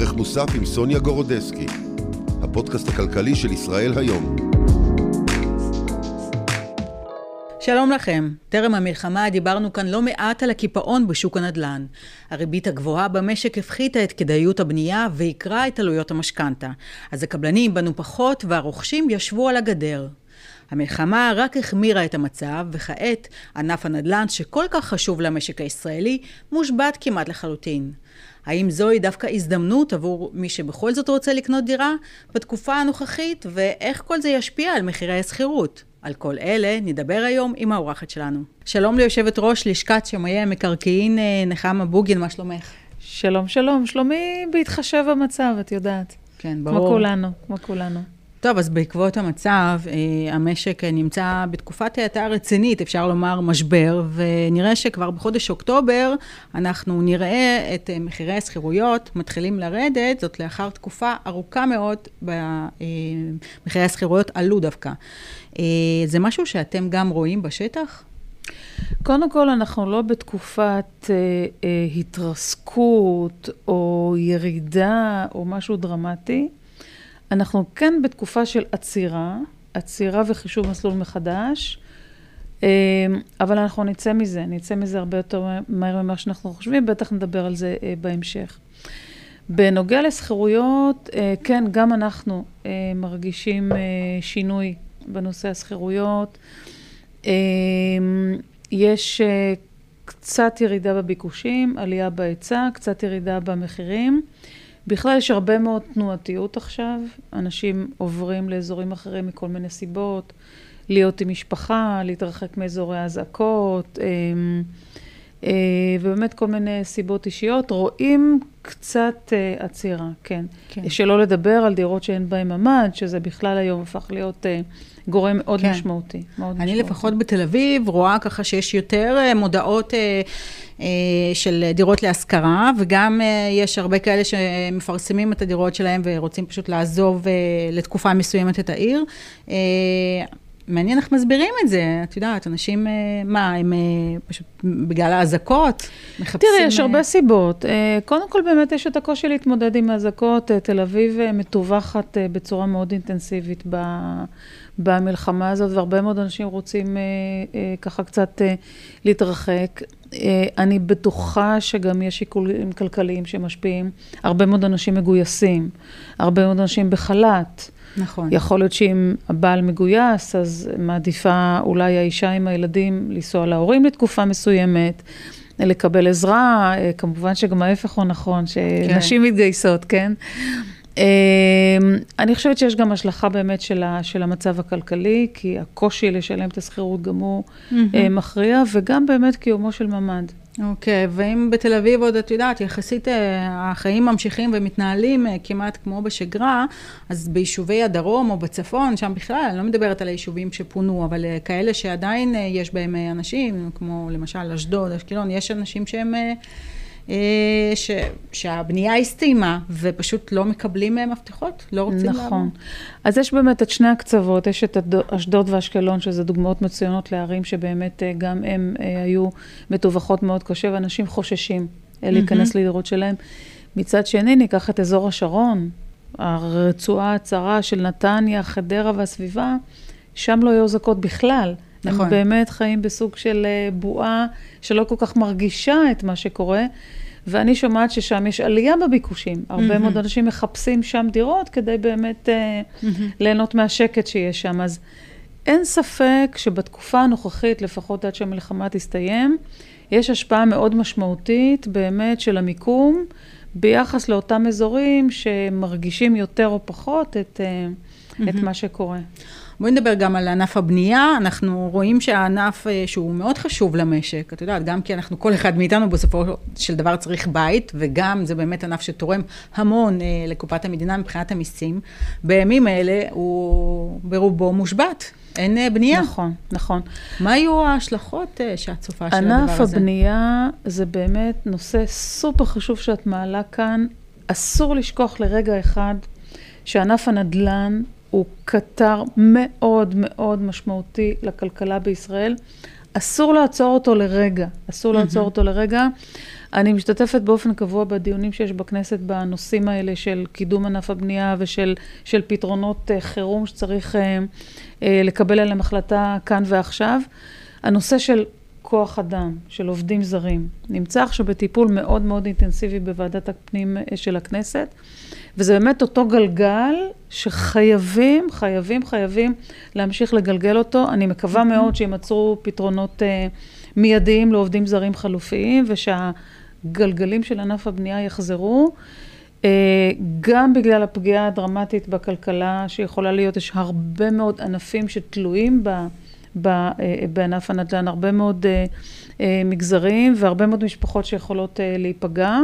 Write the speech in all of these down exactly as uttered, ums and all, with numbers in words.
ערך מוסף עם סוניה גורודסקי, הפודקאסט הכלכלי של ישראל היום. שלום לכם. טרם המלחמה דיברנו כאן לא מעט על הקיפאון בשוק הנדל"ן. הריבית הגבוהה במשק הפחיתה את כדאיות הבנייה ויקרה את עלויות המשכנתה. אז הקבלנים בנו פחות והרוכשים ישבו על הגדר. המלחמה רק החמירה את המצב, וכעת ענף הנדל"ן שכל כך חשוב למשק הישראלי מושבת כמעט לחלוטין. האם זוהי דווקא הזדמנות עבור מי שבכל זאת רוצה לקנות דירה בתקופה הנוכחית, ואיך כל זה ישפיע על מחירי השכירות? על כל אלה נדבר היום עם האורחת שלנו. שלום ליושבת ראש לשכת שמאי המקרקעין נחמה בוגין, מה שלומך? שלום שלום, שלומי בהתחשב המצב, את יודעת. כן, ברור. כמו כולנו, כמו כולנו. טוב, אז בעקבות המצב, המשק נמצא בתקופת האטה רצינית, אפשר לומר משבר, ונראה שכבר בחודש אוקטובר אנחנו נראה את מחירי השכירויות מתחילים לרדת, זאת לאחר תקופה ארוכה מאוד במחירי השכירויות עלו דווקא. זה משהו שאתם גם רואים בשטח? קודם כל, אנחנו לא בתקופת אה, אה, התרסקות או ירידה או משהו דרמטי. אנחנו כן בתקופה של עצירה, עצירה וחישוב מסלול מחדש, אבל אנחנו נצא מזה, נצא מזה הרבה יותר מהר ממה שאנחנו חושבים, בטח נדבר על זה בהמשך. בנוגע לסחירויות, כן, גם אנחנו מרגישים שינוי בנושא הסחירויות. יש קצת ירידה בביקושים, עלייה בהיצע, קצת ירידה במחירים. בכלל יש הרבה מאוד תנועתיות עכשיו, אנשים עוברים לאזורים אחרים מכל מיני סיבות, להיות עם משפחה, להתרחק מאזורי הזעקות, ובאמת כל מיני סיבות אישיות, רואים קצת עצירה, כן. כן. שלא לדבר על דירות שאין בהן ממ"ד, שזה בכלל היום הפך להיות גורם מאוד כן. משמעותי. מאוד אני משמעותי. לפחות בתל אביב רואה ככה שיש יותר מודעות של דירות להשכרה, וגם יש הרבה כאלה שמפרסמים את הדירות שלהם ורוצים פשוט לעזוב לתקופה מסוימת את העיר. מעניין איך מסבירים את זה, את יודעת, אנשים, מה, הם פשוט בגלל ההזקות מחפשים... תראי, יש הרבה סיבות. קודם כל באמת יש את הקושי להתמודד עם ההזקות. תל אביב מטווחת בצורה מאוד אינטנסיבית ב... במלחמה הזאת, והרבה מאוד אנשים רוצים ככה קצת להתרחק. אני בטוחה שגם יש שיקולים כלכליים שמשפיעים. הרבה מאוד אנשים מגויסים, הרבה מאוד אנשים בחל"ת. נכון. יכול להיות שאם הבעל מגויס, אז מעדיפה אולי האישה עם הילדים לנסוע להורים לתקופה מסוימת, לקבל עזרה, כמובן שגם ההפך הוא נכון, שנשים כן. מתגייסות, כן? אני חושבת שיש גם השלכה באמת של המצב הכלכלי, כי הקושי לשלם את השכירות גם הוא מכריע, וגם באמת קיומו של ממ"ד. אוקיי, ואם בתל אביב עוד את יודעת, יחסית החיים ממשיכים ומתנהלים כמעט כמו בשגרה, אז ביישובי הדרום או בצפון, שם בכלל, אני לא מדברת על היישובים שפונו, אבל כאלה שעדיין יש בהם אנשים, כמו למשל אשדוד, אשקלון, יש אנשים שהם... ש... שהבנייה הסתיימה ופשוט לא מקבלים מפתחות, לא רוצים לעבור. נכון. אז יש באמת את שני הקצוות, יש את אשדוד ואשקלון, שזה דוגמאות מצוינות לערים שבאמת גם הם היו מטווחות מאוד קשה, ואנשים חוששים להיכנס לדירות שלהם. מצד שני, ניקח את אזור השרון, הרצועה הצרה של נתניה, חדרה והסביבה, שם לא יהיו זכות בכלל. נכון. הם באמת חיים בסוג של בועה שלא כל כך מרגישה את מה שקורה, ואני שומעת ששם יש עלייה בביקושים. הרבה mm-hmm. מאוד אנשים מחפשים שם דירות כדי באמת mm-hmm. ליהנות מהשקט שיש שם. אז אין ספק שבתקופה הנוכחית, לפחות עד שהמלחמה תסתיים, יש השפעה מאוד משמעותית באמת של המיקום, ביחס לאותם אזורים שמרגישים יותר או פחות את, mm-hmm. את מה שקורה. בואי נדבר גם על ענף הבנייה. אנחנו רואים שהענף שהוא מאוד חשוב למשק, את יודעת, גם כי אנחנו, כל אחד מאיתנו בסופו של דבר צריך בית, וגם זה באמת ענף שתורם המון לקופת המדינה מבחינת המיסים. בימים האלה הוא ברובו מושבת, אין בנייה. נכון, נכון. מה היו ההשלכות שאת צופה של הדבר הזה? ענף הבנייה זה באמת נושא סופר חשוב שאת מעלה כאן. אסור לשכוח לרגע אחד שענף הנדל"ן הוא קטר מאוד מאוד משמעותי לכלכלה בישראל. אסור לעצור אותו לרגע, אסור לעצור אותו לרגע. אני משתתפת באופן קבוע בדיונים שיש בכנסת בנושאים האלה של קידום ענף הבנייה ושל של פתרונות חירום שצריך אה, אה, לקבל עליהם החלטה כאן ועכשיו. הנושא של כוח אדם, של עובדים זרים, נמצא עכשיו בטיפול מאוד מאוד אינטנסיבי בוועדת הפנים של הכנסת, וזה באמת אותו גלגל שחייבים, חייבים, חייבים להמשיך לגלגל אותו. אני מקווה מאוד שימצאו פתרונות אה, מיידיים לעובדים זרים חלופיים, ושהגלגלים של ענף הבנייה יחזרו, אה, גם בגלל הפגיעה הדרמטית בכלכלה שיכולה להיות. יש הרבה מאוד ענפים שתלויים בה, בענף הנדל"ן, הרבה מאוד מגזרים והרבה מאוד משפחות שיכולות להיפגע.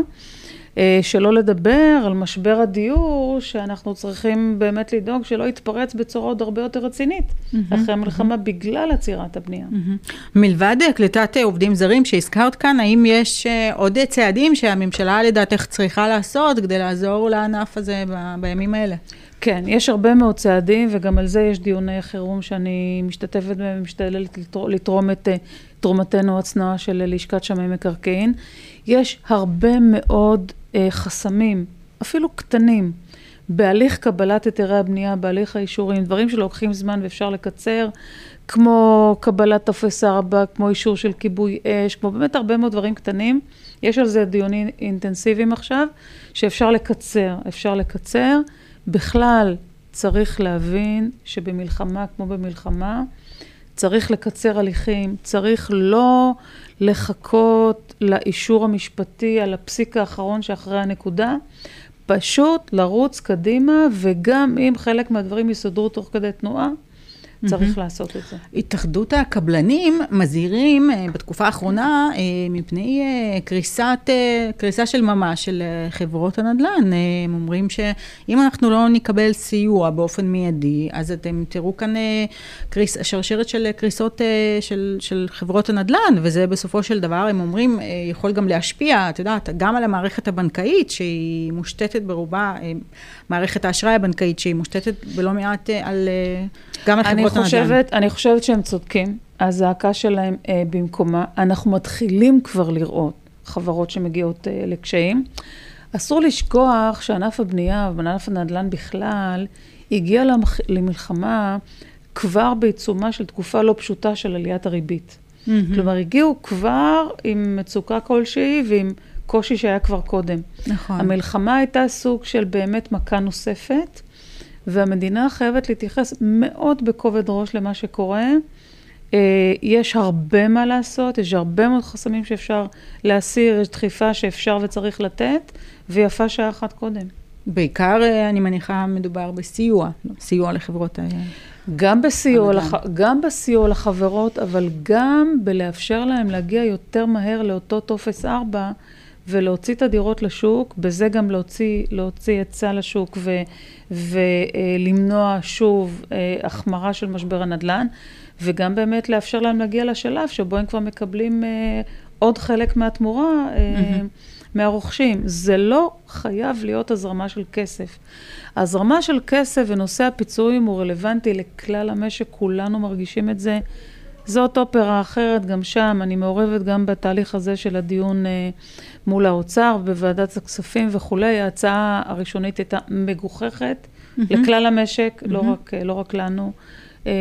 שלא לדבר על משבר הדיור, שאנחנו צריכים באמת לדאוג שלא יתפרץ בצורה עוד הרבה יותר רצינית, אחרי המלחמה, בגלל עצירת הבנייה. מלבד קליטת עובדים זרים שהזכרת כאן, האם יש עוד צעדים שהממשלה לדעתך צריכה לעשות כדי לעזור לענף הזה בימים האלה? כן, יש הרבה מאוד צעדים, וגם על זה יש דיוני חירום שאני משתתפת בהם, משתדלת לתרום את תרומתנו הצנועה של לשכת שמאי מקרקעין. יש הרבה מאוד אה, חסמים, אפילו קטנים, בהליך קבלת היתרי הבנייה, בהליך האישורים, דברים שלוקחים זמן ואפשר לקצר, כמו קבלת טופס ארבע, כמו אישור של כיבוי אש, כמו באמת הרבה מאוד דברים קטנים. יש על זה דיונים אינטנסיביים עכשיו, שאפשר לקצר, אפשר לקצר. בכלל צריך להבין שבמלחמה כמו במלחמה, צריך לקצר הליכים, צריך לא לחכות לאישור המשפטי על הפסיק האחרון שאחרי הנקודה, פשוט לרוץ קדימה, וגם אם חלק מהדברים יסודרו תוך כדי תנועה, צריך לעשות את זה. התאחדות הקבלנים מזהירים בתקופה האחרונה מפני קריסת, קריסה של ממש של חברות הנדל"ן. הם אומרים שאם אנחנו לא נקבל סיוע באופן מיידי, אז אתם תראו כאן קריס, שרשרת של קריסות של, של חברות הנדל"ן, וזה בסופו של דבר, הם אומרים, יכול גם להשפיע, את יודעת, גם על המערכת הבנקאית, שהיא מושתתת ברובה, מערכת האשראי הבנקאית, שהיא מושתתת בלא מעט על, גם על חברות הנדל"ן. חושבת, אני חושבת שהם צודקים, הזעקה שלהם אה, במקומה. אנחנו מתחילים כבר לראות חברות שמגיעות אה, לקשיים. אסור לשכוח שענף הבנייה וענף הנדל"ן בכלל הגיע למח... למלחמה כבר בעיצומה של תקופה לא פשוטה של עליית הריבית. Mm-hmm. כלומר, הגיעו כבר עם מצוקה כלשהי ועם קושי שהיה כבר קודם. נכון. המלחמה הייתה סוג של באמת מכה נוספת, והמדינה חייבת להתייחס מאוד בכובד ראש למה שקורה. יש הרבה מה לעשות, יש הרבה מאוד חסמים שאפשר להסיר, יש דחיפה שאפשר וצריך לתת, ויפה שעה אחת קודם. בעיקר, אני מניחה, מדובר בסיוע, סיוע לחברות ה... גם בסיוע, לח... גם בסיוע לחברות, אבל גם בלאפשר להם להגיע יותר מהר לאותו טופס ארבע, ולהוציא את הדירות לשוק, בזה גם להוציא, להוציא היצע לשוק ו, ולמנוע שוב החמרה של משבר הנדל"ן, וגם באמת לאפשר להם להגיע לשלב שבו הם כבר מקבלים עוד חלק מהתמורה mm-hmm. מהרוכשים. זה לא חייב להיות הזרמה של כסף. הזרמה של כסף ונושא הפיצויים הוא רלוונטי לכלל המשק, כולנו מרגישים את זה. זאת אופרה אחרת, גם שם, אני מעורבת גם בתהליך הזה של הדיון אה, מול האוצר, בוועדת הכספים וכולי. ההצעה הראשונית הייתה מגוחכת mm-hmm. לכלל המשק, mm-hmm. לא רק, לא רק לנו, אה,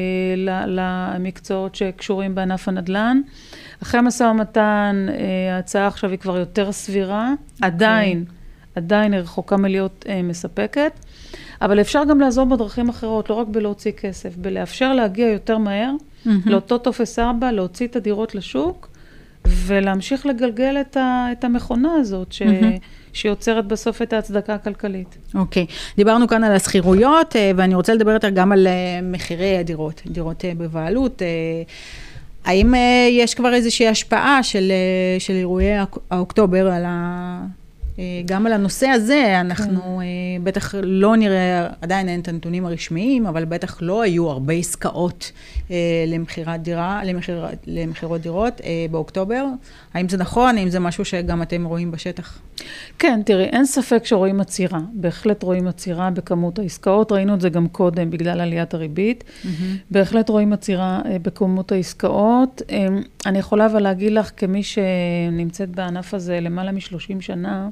למקצועות שקשורים בענף הנדל"ן. אחרי משא ומתן, אה, ההצעה עכשיו היא כבר יותר סבירה, okay. עדיין, עדיין היא רחוקה מלהיות אה, מספקת, אבל אפשר גם לעזור בדרכים אחרות, לא רק בלהוציא כסף, בלאפשר להגיע יותר מהר, mm-hmm. לאותו טופס ארבע, להוציא את הדירות לשוק, ולהמשיך לגלגל את, ה, את המכונה הזאת, ש, mm-hmm. שיוצרת בסוף את ההצדקה הכלכלית. אוקיי, okay. דיברנו כאן על הסחירויות, ואני רוצה לדבר יותר גם על מחירי הדירות, דירות בבעלות. האם יש כבר איזושהי השפעה של, של אירועי האוקטובר על ה... גם על הנושא הזה, אנחנו בטח לא נראה, עדיין אין את הנתונים הרשמיים, אבל בטח לא היו הרבה עסקאות למחירת דירה, למחירות דירות באוקטובר. האם זה נכון? האם זה משהו שגם אתם רואים בשטח? כן, תראי, אין ספק שרואים עצירה, בהחלט רואים עצירה בכמות העסקאות, ראינו את זה גם קודם בגלל עליית הריבית, mm-hmm. בהחלט רואים עצירה בכמות העסקאות. אני יכולה אבל להגיד לך, כמי שנמצאת בענף הזה למעלה משלושים שנה,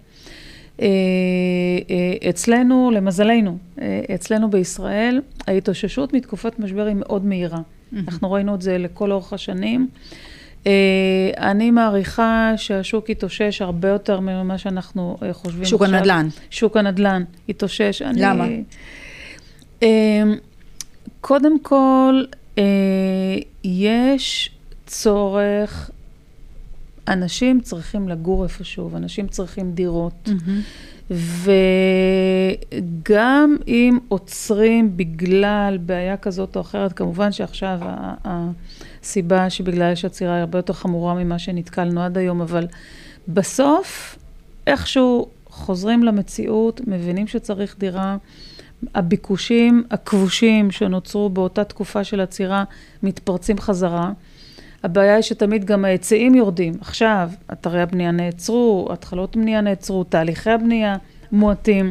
אצלנו, למזלנו, אצלנו בישראל, ההתאוששות מתקופת משבר היא מאוד מהירה. Mm-hmm. אנחנו ראינו את זה לכל אורך השנים. אני מעריכה שהשוק יתאושש הרבה יותר ממה שאנחנו חושבים שוק עכשיו. הנדל"ן. שוק הנדל"ן יתאושש. למה? קודם כל, יש צורך, אנשים צריכים לגור איפשהו, אנשים צריכים דירות. Mm-hmm. וגם אם עוצרים בגלל בעיה כזאת או אחרת, כמובן שעכשיו הסיבה שבגלל יש עצירה היא הרבה יותר חמורה ממה שנתקלנו עד היום, אבל בסוף איכשהו חוזרים למציאות, מבינים שצריך דירה, הביקושים הכבושים שנוצרו באותה תקופה של עצירה מתפרצים חזרה, הבעיה היא שתמיד גם ההיצעים יורדים. עכשיו, אתרי הבנייה נעצרו, התחלות בנייה נעצרו, תהליכי הבנייה מועטים.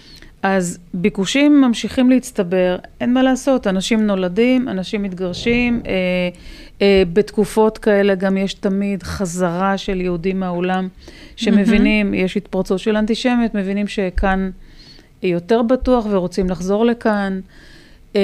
אז ביקושים ממשיכים להצטבר, אין מה לעשות, אנשים נולדים, אנשים מתגרשים, אה, אה, בתקופות כאלה גם יש תמיד חזרה של יהודים מהעולם, שמבינים, mm-hmm. יש התפרצות של אנטישמיות, מבינים שכאן יותר בטוח ורוצים לחזור לכאן. אה,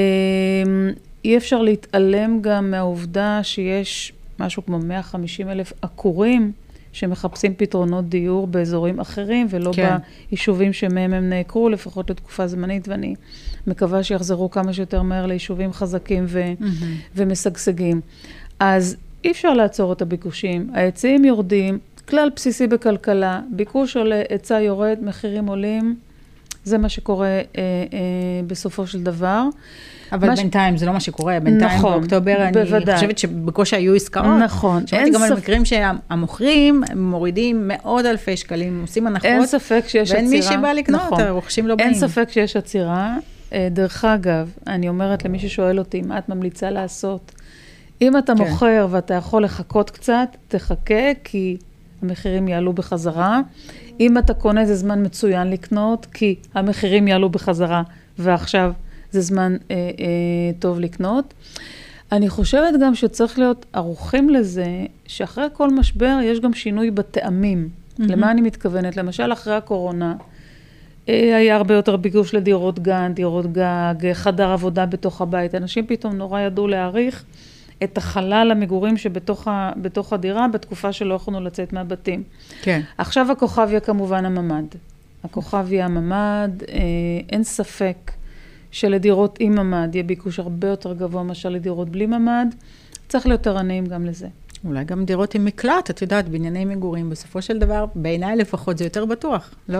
אי אפשר להתעלם גם מהעובדה שיש משהו כמו מאה וחמישים אלף עקורים שמחפשים פתרונות דיור באזורים אחרים, ולא כן. ביישובים שמהם הם נעקרו, לפחות לתקופה זמנית, ואני מקווה שיחזרו כמה שיותר מהר ליישובים חזקים ו- mm-hmm. ומשגשגים. אז אי אפשר לעצור את הביקושים. ההיצעים יורדים, כלל בסיסי בכלכלה, ביקוש עולה, היצע יורד, מחירים עולים, זה מה שקורה אה, אה, בסופו של דבר. אבל בינתיים ש... זה לא מה שקורה, בינתיים נכון, באוקטובר בוודאי. אני חושבת שבקושי היו עסקאות. נכון. שמעתי גם ספ... על מקרים שהמוכרים מורידים מאות אלפי שקלים, עושים הנחות. אין ספק שיש עצירה. ואין מי שבא לקנות, נכון. הרוכשים לא באים. אין ספק שיש עצירה. דרך אגב, אני אומרת למי ששואל אותי, מה את ממליצה לעשות? אם אתה כן. מוכר ואתה יכול לחכות קצת, תחכה, כי המחירים יעלו בחזרה. אם אתה קונה, זה זמן מצוין לקנות, כי המחירים יעלו בחזרה, ועכשיו זה זמן אה, אה, טוב לקנות. אני חושבת גם שצריך להיות ערוכים לזה, שאחרי כל משבר יש גם שינוי בטעמים. Mm-hmm. למה אני מתכוונת? למשל, אחרי הקורונה, אה, היה הרבה יותר ביקוש לדירות גן, דירות גג, חדר עבודה בתוך הבית. אנשים פתאום נורא ידעו להעריך את החלל המגורים שבתוך ה, בתוך הדירה, בתקופה שלא יכולנו לצאת מהבתים. כן. עכשיו הכוכב יהיה כמובן הממד. הכוכב יהיה הממד, אה, אין ספק שלדירות עם ממד יהיה ביקוש הרבה יותר גבוה מאשר לדירות בלי ממד. צריך להיות ערניים גם לזה. אולי גם דירות עם מקלט, את יודעת, בענייני מגורים, בסופו של דבר, בעיניי לפחות זה יותר בטוח, לא?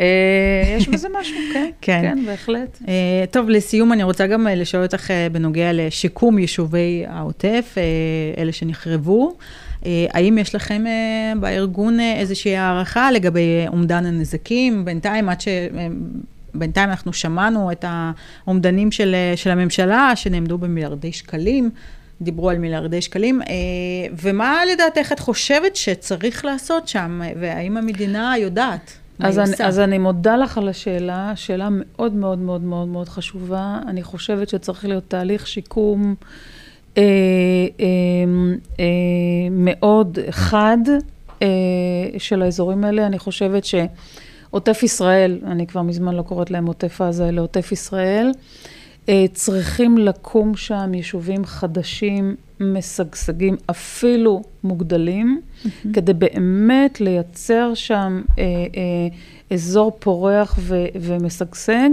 יש בזה משהו, כן, כן, בהחלט. טוב, לסיום אני רוצה גם לשאול אותך בנוגע לשיקום יישובי העוטף, אלה שנחרבו. האם יש לכם בארגון איזושהי הערכה לגבי אומדן הנזקים? בינתיים, עד ש... בינתיים אנחנו שמענו את האומדנים של, של הממשלה, שנעמדו במיליארדי שקלים, דיברו על מיליארדי שקלים, ומה לדעתך את חושבת שצריך לעשות שם, והאם המדינה יודעת מה היא עושה? אז אני מודה לך על השאלה, שאלה מאוד מאוד מאוד מאוד מאוד חשובה, אני חושבת שצריך להיות תהליך שיקום אה, אה, אה, מאוד חד אה, של האזורים האלה, אני חושבת ש... עוטף ישראל, אני כבר מזמן לא קוראת להם עוטף עזה, אלא עוטף ישראל, צריכים לקום שם יישובים חדשים, משגשגים, אפילו מוגדלים, mm-hmm. כדי באמת לייצר שם אה, אה, אזור פורח ו- ומשגשג.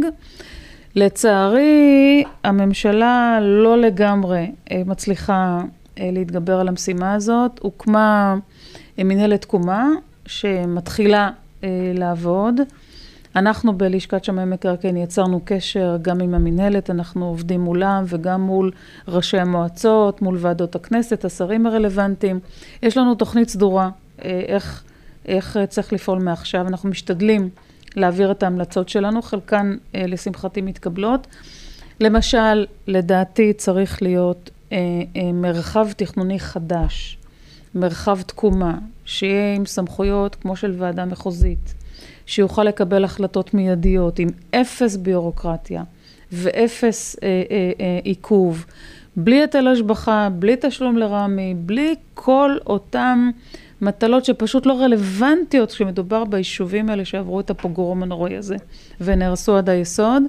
לצערי, הממשלה לא לגמרי אה, מצליחה אה, להתגבר על המשימה הזאת. הוקמה אה, מנהלת תקומה שמתחילה לעבוד. אנחנו בלשכת שמאי מקרקעין יצרנו קשר גם עם המנהלת, אנחנו עובדים מולם וגם מול ראשי המועצות, מול ועדות הכנסת, השרים הרלוונטיים. יש לנו תוכנית סדורה, איך, איך צריך לפעול מעכשיו. אנחנו משתדלים להעביר את ההמלצות שלנו, חלקן לשמחתי מתקבלות. למשל, לדעתי צריך להיות מרחב תכנוני חדש, מרחב תקומה, שיהיה עם סמכויות כמו של ועדה מחוזית, שיוכל לקבל החלטות מיידיות, עם אפס ביורוקרטיה ואפס אה, אה, אה, עיכוב, בלי היטל השבחה, בלי תשלום לרמי, בלי כל אותם מטלות שפשוט לא רלוונטיות כשמדובר ביישובים האלה שעברו את הפוגרום הנוראי הזה ונהרסו עד היסוד.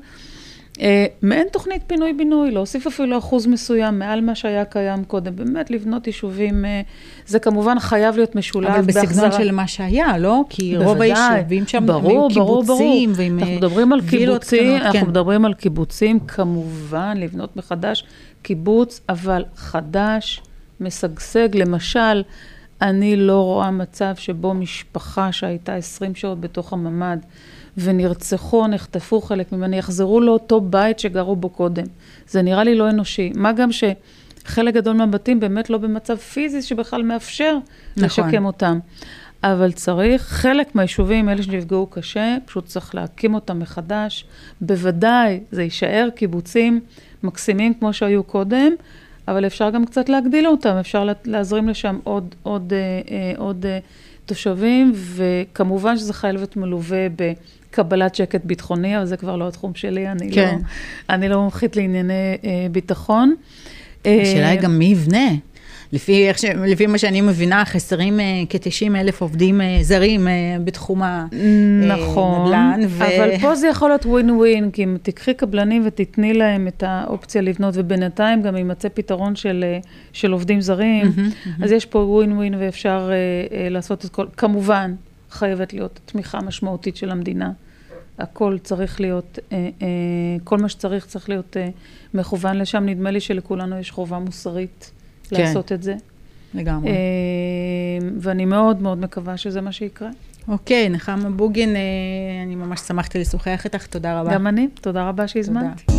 מעין תוכנית פינוי-בינוי, להוסיף אפילו אחוז מסוים מעל מה שהיה קיים קודם, באמת לבנות יישובים, זה כמובן חייב להיות משולב אבל בסגנון של מה שהיה, לא? כי רוב היישובים שם היו קיבוצים, אנחנו מדברים על קיבוצים, אנחנו מדברים על קיבוצים, כמובן לבנות מחדש קיבוץ, אבל חדש, משגשג, למשל, אני לא רואה מצב שבו משפחה שהייתה עשרים שעות בתוך הממד, ונרצחו, נחטפו חלק ממני, יחזרו לאותו בית שגרו בו קודם. זה נראה לי לא אנושי. מה גם שחלק גדול מהבתים באמת לא במצב פיזי שבכלל מאפשר נכון. לשקם אותם. אבל צריך, חלק מהיישובים, אלה שנפגעו קשה, פשוט צריך להקים אותם מחדש. בוודאי זה יישאר קיבוצים מקסימים כמו שהיו קודם, אבל אפשר גם קצת להגדיל אותם, אפשר להזרים לשם עוד, עוד, עוד, עוד תושבים, וכמובן שזה חייב להיות מלווה בקבלת שקט ביטחוני, אבל זה כבר לא התחום שלי, אני, כן. לא, אני לא מומחית לענייני ביטחון. השאלה היא גם מי יבנה. לפי, לפי מה שאני מבינה, חסרים כ-תשעים אלף עובדים זרים בתחום הנדל"ן. ו... אבל פה זה יכול להיות ווין ווין, כי אם תקחי קבלנים ותתני להם את האופציה לבנות, ובינתיים גם יימצא פתרון של, של עובדים זרים, mm-hmm, mm-hmm. אז יש פה ווין ווין ואפשר לעשות את כל, כמובן חייבת להיות תמיכה משמעותית של המדינה. הכל צריך להיות, כל מה שצריך צריך להיות מכוון לשם. נדמה לי שלכולנו יש חובה מוסרית. כן. לעשות את זה. לגמרי. ואני מאוד מאוד מקווה שזה מה שיקרה. אוקיי, נחמה בוגין, אני ממש שמחתי לשוחח איתך, תודה רבה. גם אני, תודה רבה שהזמנת.